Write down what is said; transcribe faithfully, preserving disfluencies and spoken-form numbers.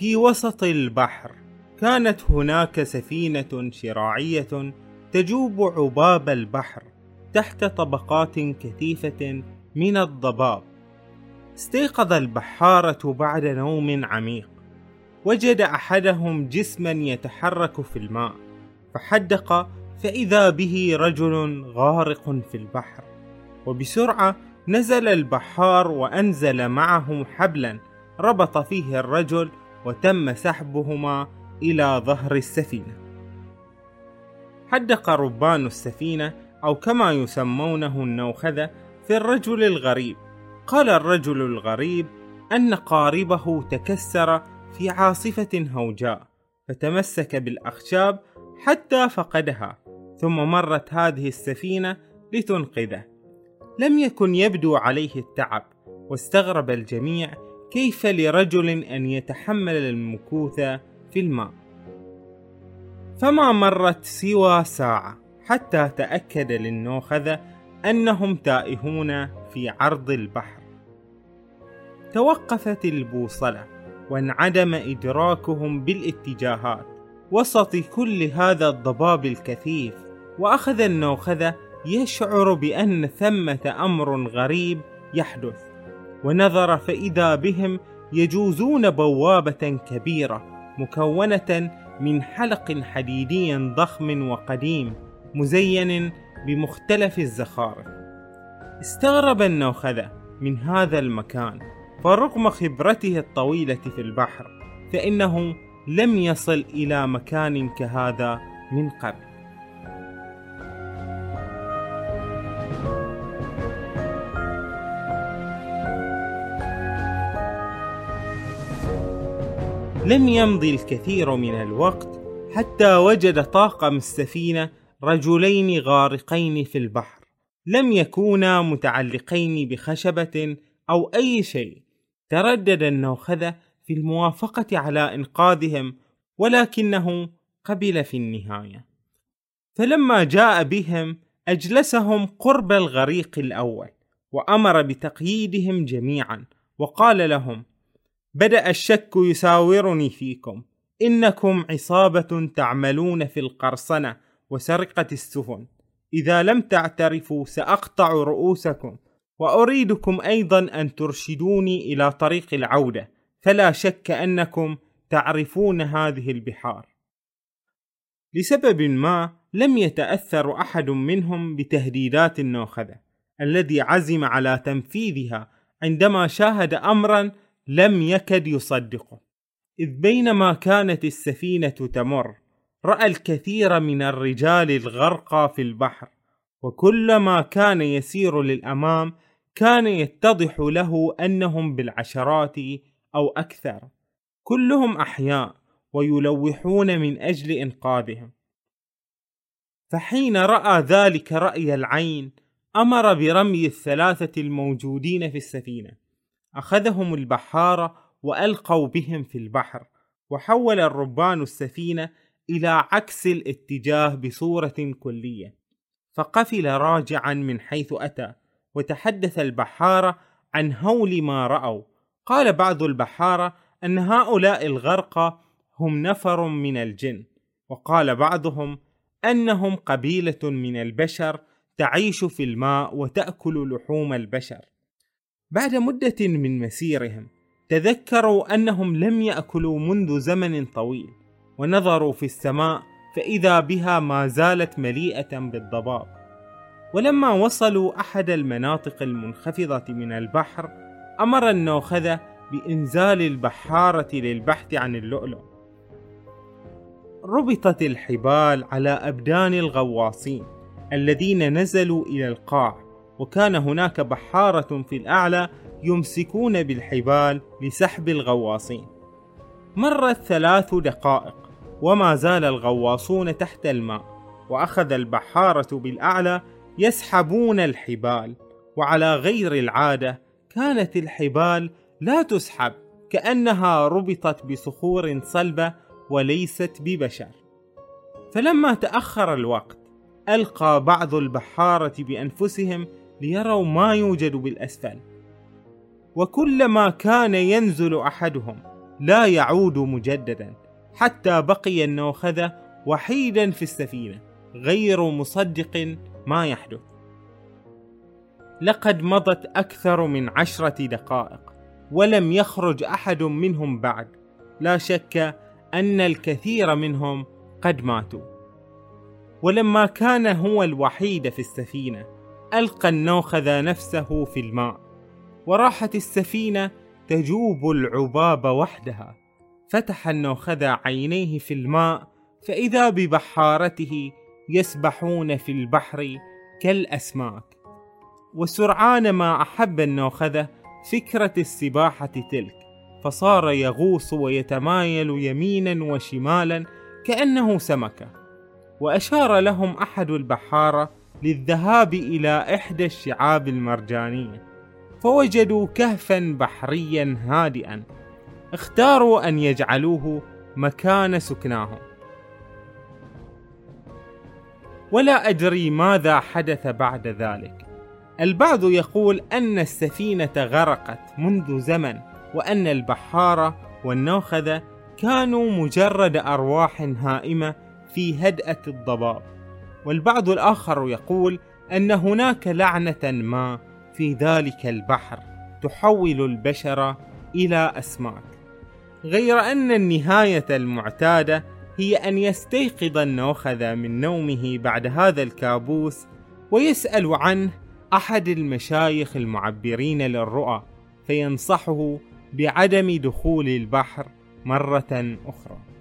في وسط البحر كانت هناك سفينة شراعية تجوب عباب البحر تحت طبقات كثيفة من الضباب. استيقظ البحارة بعد نوم عميق، وجد أحدهم جسما يتحرك في الماء، فحدق فإذا به رجل غارق في البحر. وبسرعة نزل البحار وأنزل معه حبلا ربط فيه الرجل، وتم سحبهما إلى ظهر السفينة. حدق ربان السفينة، أو كما يسمونه النوخذة، في الرجل الغريب. قال الرجل الغريب أن قاربه تكسر في عاصفة هوجاء، فتمسك بالأخشاب حتى فقدها، ثم مرت هذه السفينة لتنقذه. لم يكن يبدو عليه التعب، واستغرب الجميع كيف لرجل أن يتحمل المكوث في الماء. فما مرت سوى ساعة حتى تأكد للنوخذة أنهم تائهون في عرض البحر. توقفت البوصلة وانعدم إدراكهم بالاتجاهات وسط كل هذا الضباب الكثيف، وأخذ النوخذة يشعر بأن ثمة أمر غريب يحدث، ونظر فإذا بهم يجوزون بوابة كبيرة مكونة من حلق حديدي ضخم وقديم مزين بمختلف الزخارف. استغرب النوخذة من هذا المكان، فرغم خبرته الطويلة في البحر فإنه لم يصل إلى مكان كهذا من قبل. لم يمضي الكثير من الوقت حتى وجد طاقم السفينة رجلين غارقين في البحر، لم يكونا متعلقين بخشبة أو أي شيء. تردد النوخذة في الموافقة على إنقاذهم، ولكنه قبل في النهاية. فلما جاء بهم أجلسهم قرب الغريق الأول، وأمر بتقييدهم جميعا، وقال لهم: بدأ الشك يساورني فيكم، إنكم عصابة تعملون في القرصنة وسرقة السفن. إذا لم تعترفوا سأقطع رؤوسكم، وأريدكم أيضا أن ترشدوني إلى طريق العودة، فلا شك أنكم تعرفون هذه البحار. لسبب ما لم يتأثر أحد منهم بتهديدات النوخذة الذي عزم على تنفيذها عندما شاهد أمرا لم يكد يصدقه. إذ بينما كانت السفينة تمر، رأى الكثير من الرجال الغرقى في البحر، وكلما كان يسير للأمام كان يتضح له أنهم بالعشرات أو أكثر، كلهم أحياء ويلوحون من أجل إنقاذهم. فحين رأى ذلك رأي العين أمر برمي الثلاثة الموجودين في السفينة. أخذهم البحارة وألقوا بهم في البحر، وحول الربان السفينة إلى عكس الاتجاه بصورة كلية، فقفل راجعا من حيث أتى. وتحدث البحارة عن هول ما رأوا. قال بعض البحارة أن هؤلاء الغرقى هم نفر من الجن، وقال بعضهم أنهم قبيلة من البشر تعيش في الماء وتأكل لحوم البشر. بعد مدة من مسيرهم تذكروا أنهم لم يأكلوا منذ زمن طويل، ونظروا في السماء فإذا بها ما زالت مليئة بالضباب. ولما وصلوا أحد المناطق المنخفضة من البحر أمر النوخذة بإنزال البحارة للبحث عن اللؤلؤ. ربطت الحبال على أبدان الغواصين الذين نزلوا إلى القاع، وكان هناك بحارة في الأعلى يمسكون بالحبال لسحب الغواصين. مرت ثلاث دقائق وما زال الغواصون تحت الماء، وأخذ البحارة بالأعلى يسحبون الحبال. وعلى غير العادة كانت الحبال لا تسحب، كأنها ربطت بصخور صلبة وليست ببشر. فلما تأخر الوقت ألقى بعض البحارة بأنفسهم ليروا ما يوجد بالأسفل، وكلما كان ينزل أحدهم لا يعود مجددا، حتى بقي النوخذة وحيدا في السفينة غير مصدق ما يحدث. لقد مضت أكثر من عشرة دقائق ولم يخرج أحد منهم بعد. لا شك أن الكثير منهم قد ماتوا. ولما كان هو الوحيد في السفينة ألقى النوخذة نفسه في الماء، وراحت السفينة تجوب العباب وحدها. فتح النوخذة عينيه في الماء فإذا ببحارته يسبحون في البحر كالأسماك. وسرعان ما أحب النوخذة فكرة السباحة تلك، فصار يغوص ويتمايل يمينا وشمالا كأنه سمكة. وأشار لهم أحد البحارة للذهاب إلى إحدى الشعاب المرجانية، فوجدوا كهفا بحريا هادئا، اختاروا أن يجعلوه مكان سكناهم. ولا أدري ماذا حدث بعد ذلك. البعض يقول أن السفينة غرقت منذ زمن، وأن البحارة والنوخذة كانوا مجرد أرواح هائمة في هدأة الضباب. والبعض الآخر يقول أن هناك لعنة ما في ذلك البحر تحول البشر إلى أسماك. غير أن النهاية المعتادة هي أن يستيقظ النوخذة من نومه بعد هذا الكابوس ويسأل عنه أحد المشايخ المعبرين للرؤى، فينصحه بعدم دخول البحر مرة أخرى.